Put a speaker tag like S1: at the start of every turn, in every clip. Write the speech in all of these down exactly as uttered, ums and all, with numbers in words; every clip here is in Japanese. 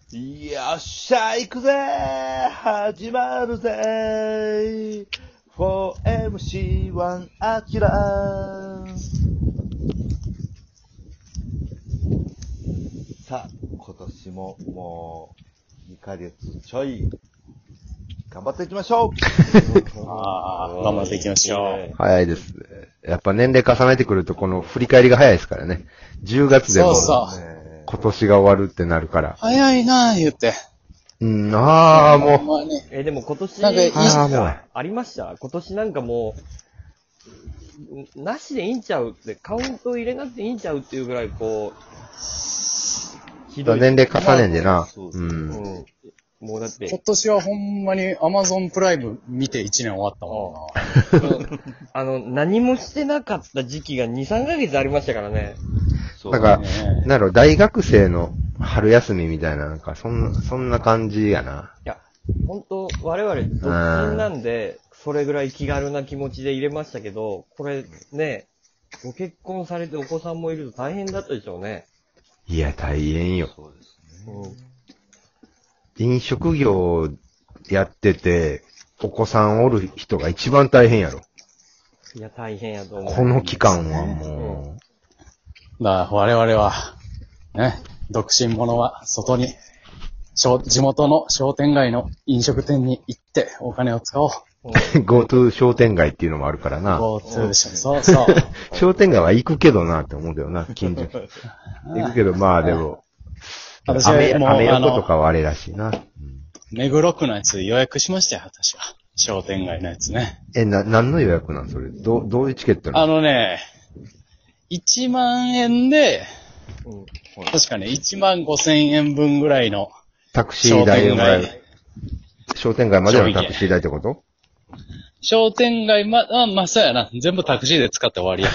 S1: よっしゃ行くぜ始まるぜ フォーエムシーワン アキラさあ今年ももうにかげつちょい頑張っていきましょう
S2: ああ、頑張っていきましょう。
S3: 早いですね。やっぱ年齢重ねてくるとこの振り返りが早いですからね。じゅうがつでも
S2: そうそう
S3: 今年が終わるってなるから。
S2: 早いなぁ言って。
S3: うん、ああ、もう。
S2: まあね、
S4: え、でも今年、
S2: なんかいい
S3: あーもう
S4: ありました今年なんかもう、なしでいいんちゃうって、カウント入れなくていいんちゃうっていうぐらいこう、ひどい。
S3: 年齢重ねんでな。
S1: そう
S3: うん。
S4: うん。もうだって
S2: 今、年はほんまに Amazon プライム見ていちねん終わったも
S4: あの、何もしてなかった時期がに、さんかげつありましたからね。
S1: そう
S3: なんか、
S2: ね
S3: なんだろう、大学生の春休みみたいな、なんか、そんな、そんな感じやな。
S4: いや、ほんと、我々独身なんで、それぐらい気軽な気持ちで入れましたけど、これね、ご結婚されてお子さんもいると大変だったでしょうね。
S3: いや、大変よ。
S1: そうですね。
S4: うん。
S3: 飲食業やってて、お子さんおる人が一番大変やろ。
S4: いや、大変やと思う。
S3: この期間はも
S2: え。だから我々は、ね、独身者は外に、商地元の商店街の飲食店に行ってお金を使おう。
S3: う、GoTo 商店街っていうのもあるからな。
S2: GoTo でしょ。そうそう。
S3: 商店街は行くけどなって思うけどな、近所。行くけど、まあでも、
S2: 私
S3: アメ
S2: はもう、
S3: アメ
S2: あの、
S3: 横とかはあれらしいな。
S2: 目黒区のやつ予約しましたよ、私は。商店街のやつね。
S3: え、な、何の予約なんそれ？どう、どういうチケットな
S2: あ
S3: の？
S2: のね、いちまんえんで、
S4: うん。
S2: 確かね、いちまんごせんえん分ぐらいの
S3: タクシー代をもらえる
S2: 商店。
S3: 商店街までのタクシー代ってこと？
S2: 商店街ま、あ、まあ、そうやな。全部タクシーで使って終わりや。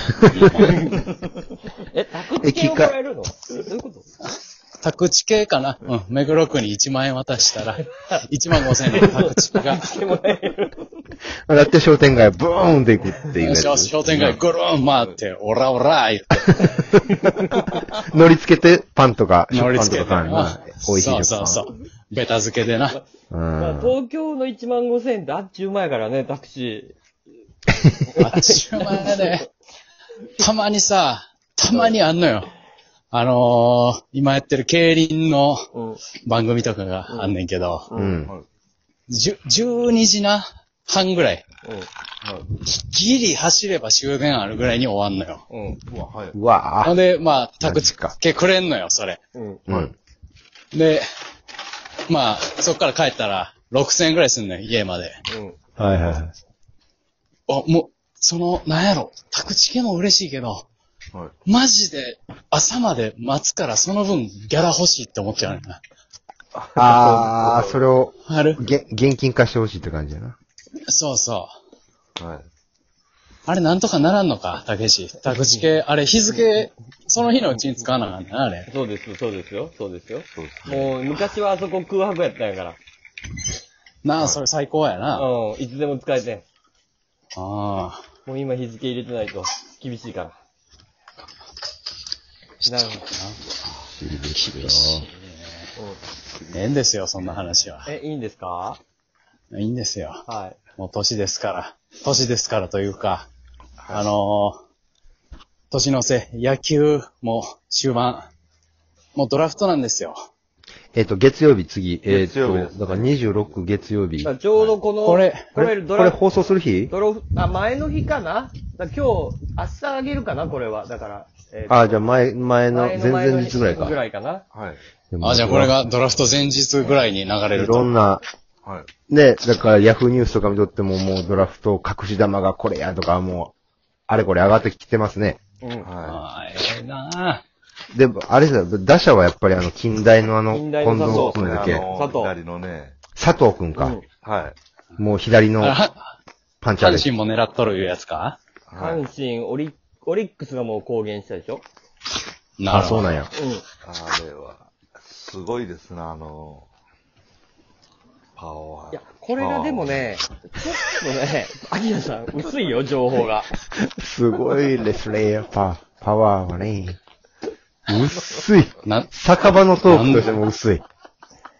S4: え、タクチケをもらえるの？どういうこと？
S2: タクチ系かな。うん。目黒区にいちまんえん渡したら、いちまんごせんえんのタクチが。
S3: だって商店街ブーンって行くっていうやつ。
S2: 商店街ぐるーん回って、オラオラ言って。
S3: 乗り付けてパンとか、
S2: 乗り付けて。
S3: 食パンとか買うな。美味しい
S2: そう
S3: 食パン。
S2: そうそう。ベタ漬けでな。
S3: うん。
S4: 東京のいちまんごせんえんってあっちゅう前からね、タクシ
S2: あっちゅう前やで。たまにさ、たまにあんのよ。あのー、今やってる競輪の
S4: ー。うん。
S2: 番組とかがあんねんけど、
S3: うん。
S2: じゅじゅうにじな半ぐらい。
S4: うん。
S2: ギリ走れば終電あるぐらいに終わんのよ。
S4: うん。
S1: うわ、はい。
S3: うわぁ。
S2: ほんで、まあ、タクチ
S3: マジか
S2: 系くれんのよ、それ。
S4: うん。
S3: うん。
S2: で、まあ、そっから帰ったら、ろくせんえんぐらいすんのよ、家まで。
S4: うん。
S3: はいはいはい。
S2: あ、もう、その、なんやろ、タクチ系も嬉しいけど、
S1: はい。
S2: マジで朝まで待つからその分ギャラ欲しいって思っちゃうねんな。
S3: あー、それを、
S2: ある
S3: げ、現金化してほしいって感じやな。
S2: そうそう。
S1: はい。
S2: あれなんとかならんのか、たけし。タクチ系、あれ日付、その日のうちに使わなあかんねんな、あれ。
S4: そうです、そうですよ、そうですよ。
S1: そうです。
S4: もう、昔はあそこ空白やったんやから。
S2: なあ、それ最高やな。あ
S4: うん、いつでも使えてん。
S2: あ。
S4: もう今日付入れてないと厳しいから。なるほど。
S2: 厳しいね。ええんですよ、そんな話は。
S4: え、いいんですか？
S2: いいんですよ。
S4: はい。
S2: もう年ですから。年ですからというか、
S1: はい
S2: あのー、年の瀬、野球も終盤、もうドラフトなんですよ。
S3: えっと、月曜日次。えっと、
S1: 月曜日ですね
S3: だからにじゅうろく月曜日。
S4: だからちょうどこの、
S2: これ
S4: いわゆるドラ
S3: これ放送する日？
S4: ドロフ、あ、前の日かな？だから今日、明日あげるかなこれは。だから。えーと
S3: あー、じゃあ前、前の、前
S4: 前の前の
S3: 々日ぐらいか。
S4: ぐらいかな。
S1: はい。
S2: あ、じゃあこれがドラフト前日ぐらいに流れ
S3: い
S2: ると。
S3: ろんな、
S1: はい。
S3: ね、だからヤフーニュースとか見とってももうドラフト隠し玉がこれやとかもう、あれこれ上がってきてますね。
S4: うん。
S1: は
S2: ああ、ええな
S3: でも、あれですよ、打者はやっぱりあの、近代のあの、近
S4: 近代の
S3: 藤
S1: い。そう
S3: 君だっけ
S1: ですね。あの、
S4: 佐藤
S1: 左のね。
S3: 佐藤君か。
S4: うん
S1: はい。
S3: もう左の
S2: あ。あ
S3: パンチャーです。
S2: 阪神も狙っとるいうやつか
S1: はい。
S4: 阪神、オリ、オリックスがもう公言したでしょ？
S3: あ、そうなんや。
S4: う
S1: あれは、すごいですね、あの、パワー。
S4: ん。いや、これがでもね、ちょっとね、アキラさん、薄いよ、情報が。
S3: すごいですね、パ、パワーはね。薄い。
S2: な、
S3: 酒場のトークとしても薄い。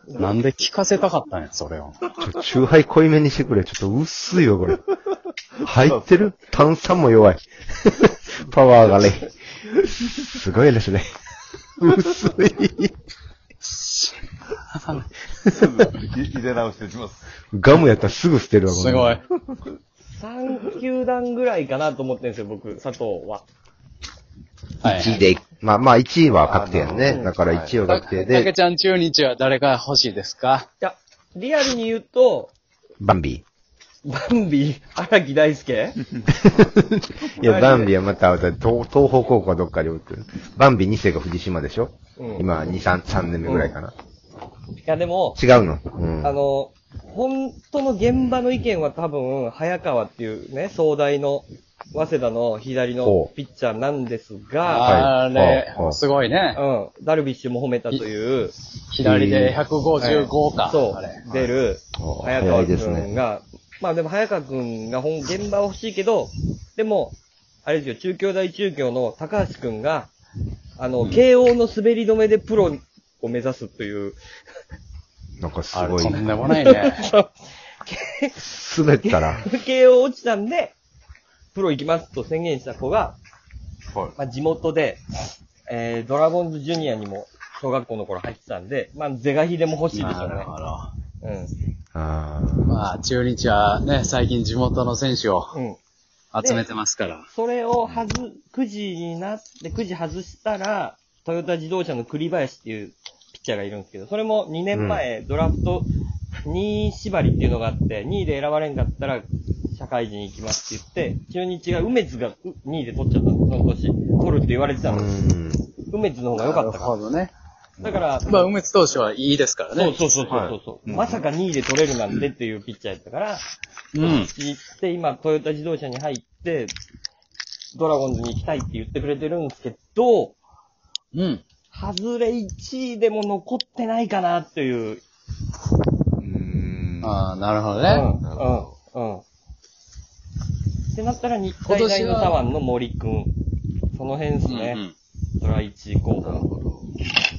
S2: なんで聞かせたかったんや、それを。
S3: ちょ、チューハイ濃いめにしてくれ。ちょっと薄いよ、これ。入ってる炭酸も弱い。パワーがね。すごいですね。薄い。
S1: すぐ入れ直していきます。
S3: ガムやったらすぐ捨てるわ、
S2: すごい。
S4: さん球団ぐらいかなと思ってるんですよ、僕、佐藤は。
S2: はい。
S3: いちいで、まあまあいちいは確定やね。
S4: うん
S3: だからいちいは確定
S2: たけ
S3: で、
S2: ちゃん中日は誰が欲しいですか？
S4: いや、リアルに言うと、
S3: バンビ
S4: バンビ、荒木大輔
S3: ー。いや、バンビーはまた、東東方高校はどっかで売ってる。バンビーに世が藤島でしょ、
S4: うん。い
S3: 今、に、さん、さんねんめぐらいかな。
S4: や、でも、
S3: 違うの、うん、
S4: あの、本当の現場の意見は多分、早川っていうね、壮大の、早稲田の左の
S3: ほう
S4: ピッチャーなんですが、
S3: はい
S2: あれ
S3: は、い
S2: すごいね。
S4: うん、ダルビッシュも褒めたという、
S2: 左でひゃくごじゅうごか。
S4: そ
S2: あれ。
S4: う、出る、
S3: あ
S4: 早川く
S3: 早いですね。
S4: んが、まあでも早川くんが本、現場は欲しいけど、でも、あれですよ、中京大中京の高橋くんが、あの、慶応の滑り止めでプロを目指すという、
S3: なんかす
S2: あれ、
S3: ごい
S2: と。んでもないね。
S3: 滑ったら、
S4: 慶応落ちたんで、プロ行きますと宣言した子が、
S1: はい。
S4: まあ地元で、えー、ドラゴンズジュニアにも小学校の頃入ってたんで、まあ是が非でも欲しいでしょうね。
S2: なるほど。
S4: うん。
S3: あー
S2: まあ、中日はね、最近地元の選手を
S4: うん。
S2: 集めてますから。
S4: それをはず、くじになって、くじ外したら、トヨタ自動車の栗林っていうピッチャーがいるんですけど、それもにねんまえ、ドラフトにい縛りっていうのがあって、にいで選ばれんかったら、社会人行きますって言って、中日が梅津がにいで取っちゃったんです、その年。取るって言われてた
S3: う
S4: の。
S3: ん。
S4: 梅津の方が良かったか
S2: なるほどね。
S4: ら。だから、
S2: まあ、梅津投手はいいですからね。
S4: そうそうそうそうそう、
S1: はい
S4: まさかにいで取れるなんてっていうピッチャーやったから、
S2: うん。
S4: 行って、今、トヨタ自動車に入って、ドラゴンズに行きたいって言ってくれてるんですけど、
S2: うん。
S4: 外れいちいでも残ってないかなっていう。
S1: うーん。
S2: ああ、なるほど
S4: うん、
S2: ね。
S4: うん、うん。ってなったら、日体大の左腕の森くん。その辺ですね。
S2: うんうん
S4: それはいちい候
S1: なる
S4: 補。
S1: ほど。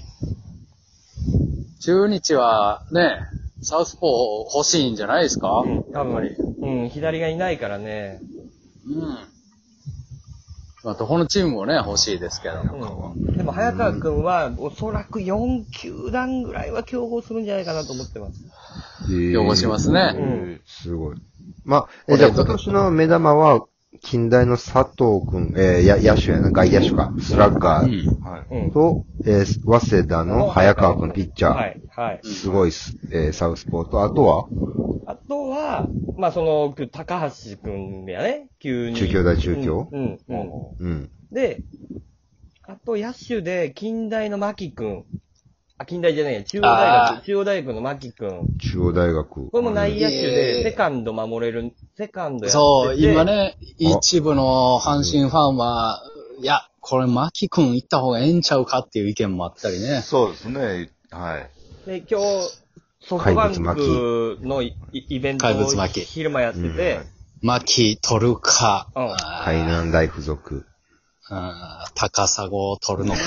S2: 中日はね、サウスポー欲しいんじゃないですか？
S4: うん、多
S2: やっぱり。
S4: 分、うん、左がいないからね。
S2: うん。まあ、どこのチームもね、欲しいですけど。
S4: うん。でも、早川くんは、おそらくよん球団ぐらいは競合するんじゃないかなと思ってます。
S2: 競合しますね。
S4: うん
S3: すごい。まあ、えじゃあ今年の目玉は、近代の佐藤くん、えー、や、野手やな、外野手か、スラッガー
S2: うん。
S1: はい。
S4: うん。
S3: と、えー、早稲田の早川くん、ピッチャー。
S4: はい、はい。
S3: すごいっす、えー、サウスポーと、あとは、
S4: あとは、まあ、その、高橋くんやね、急に。
S3: 中京大中京
S4: うん、うん、うん。
S3: うん。
S4: で、あと、野手で、近代の牧くん。あ、近代じゃないや、中央大
S2: あ
S4: 学、中央大学の牧くん。
S3: 中央大学。
S4: これも内野手
S2: え
S4: で、
S2: ー
S4: セカンド守れる、セカンドやってて。
S2: そう、今。ね、一部の阪神ファンは、いや、これ、牧くん行った方がええんちゃうかっていう意見もあったりね。
S1: そうですね。はい。
S4: で、今日、ソフトバンクのイイベントを
S2: 怪物牧
S4: 昼間やってて、
S2: 牧取るか、
S4: うん
S2: あー
S3: 海南大附属。
S2: あー高砂を取るのか。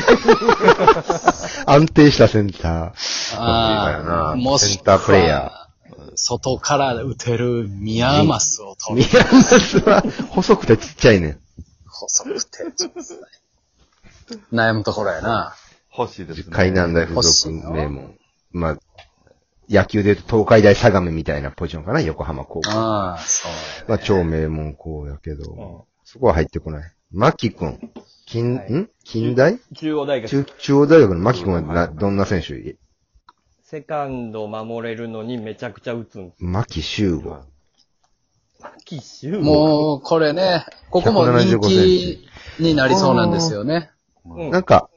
S3: 安定したセンター。
S2: ああ、
S3: 欲しいからな
S2: もし
S3: センタープレイヤ
S2: ー。外から打てる宮益を取る。
S3: 宮益は細くてちっちゃいねん。
S2: 細くて、ちょっとね悩むところやな。
S1: 欲しいですね。
S3: 海南大附属名門。まあ、野球で言うと東海大相模みたいなポジションかな、横浜高校。
S2: ああ、そう
S3: まあ、超名門校やけど、
S4: うん
S3: そこは入ってこない。牧くん。近、
S4: はい
S3: ん近代
S4: 中央大学。
S3: 中、中央大学の牧くんはな、どんな選手
S4: セカンド守れるのにめちゃくちゃ打つんです。
S3: 牧修吾。
S4: 牧修
S2: もう、これね、ここも人気になりそうなんですよね。
S4: うん
S3: なんか、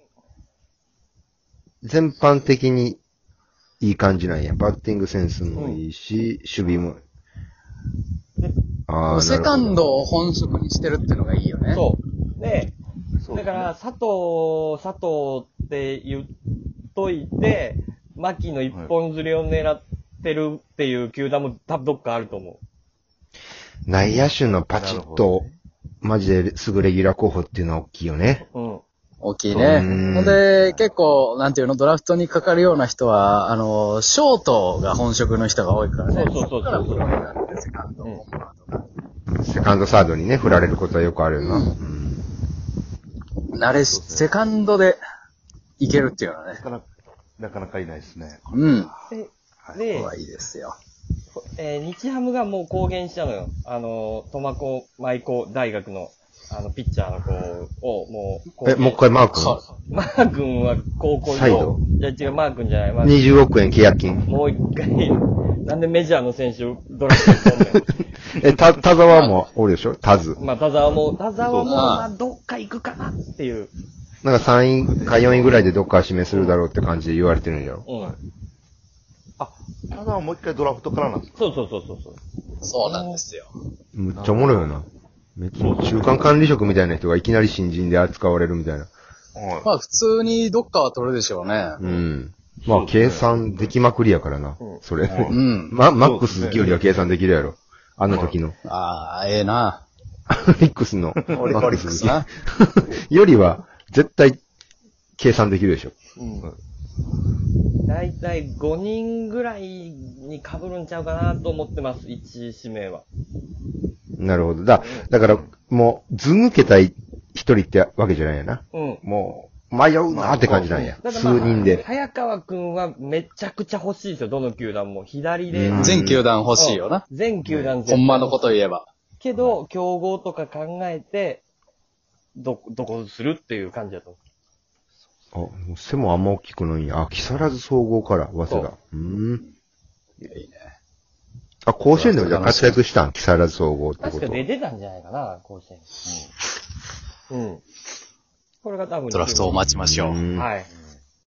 S3: 全般的にいい感じなんや。バッティングセンスもいいし、守備も。ああ、
S2: セカン
S3: なる
S2: ドを本職にしてるっていうのがいいよね。
S4: そう。で、
S1: そうですね
S4: だから、佐藤、佐藤って言っといて、牧の一本釣りを狙ってるっていう球団も多分どっかあると思
S3: ほど内野手のパチッと、マジですぐレギュラー候補っていうのは大きいよね。
S4: う。うん。
S2: 大きいね。
S3: うん
S2: ほんで、結構、なんていうの、ドラフトにかかるような人は、あの、ショートが本職の人が多いからね。
S4: そうそうそうそう
S2: こからプロになってセカンド、
S4: うん
S2: ホームランとか。
S3: セカンドサードにね、振られることはよくあるよな。うん。
S2: 慣れし、セカンドでいけるっていうのはね
S1: な。かなか、なかなかいないですね。
S2: うん。
S4: で、
S2: こ
S4: で
S2: れはいいですよ。
S4: えー日ハムがもう公言したのよ。あの、苫小牧高大学の、あの、ピッチャーの子を、もう公
S3: え、
S4: 言、
S3: もう一回マー君。
S4: マー君は高校
S3: サイド
S4: いや違う、マー君じゃない、マー君。
S3: にじゅうおくえん契約金。
S4: もう一回、なんでメジャーの選手をドラフトに取んね
S3: え、た、田沢もおるでしょ田津。
S4: ん。まあ、田沢も、田沢も、
S1: そう
S4: まあ、どっか行くかなっていう。
S3: なんかさんいかよんいぐらいでどっか指名するだろうって感じで言われてるんやろ。
S4: うん。
S1: あ、ただもう一回ドラフトからなんですか？
S4: そうそうそうそうそう。
S2: そうなんですよ。
S3: むっちゃおもろいよな。めっちゃ中間管理職みたいな人がいきなり新人で扱われるみたいな。
S1: はい。
S2: まあ普通にどっかは取るでしょうね。
S3: うん。まあ計算できまくりやからな。それ。
S2: うん。
S3: ま、マックスよりは計算できるやろ。あの時の。
S2: ああ、ええな。
S3: オリックスの。
S2: オリオリックスな。
S3: よりは、絶対、計算できるでしょ。
S4: うん。だいたいごにんぐらいに被るんちゃうかなと思ってます、いち指名は。
S3: なるほど。だ、だから、もう、ず抜けたい一人ってわけじゃないやな。
S4: うん。
S3: もう、迷うなーって感じなんや。数
S4: だからまあ
S3: 人で。
S4: 早川くんはめちゃくちゃ欲しいですよ、どの球団も。左で。
S3: うん
S2: 全球団欲しいよな。
S4: 全球団
S2: ほんまのこと言えば。
S4: けど、競合とか考えて、ど、どこするっていう感じだと思
S3: あ、背もあんま大きくないんや。あ、木更津総合から、早稲田。うーん。
S2: いいね。
S3: あ、甲子園でもじゃあ活躍したん木更津総合っ
S4: う。
S3: てこと。
S4: 確か出てたんじゃないかな、甲子園。うん。うん。これが多分。
S2: ドラフトを待ちましょう。
S3: うん
S4: はい。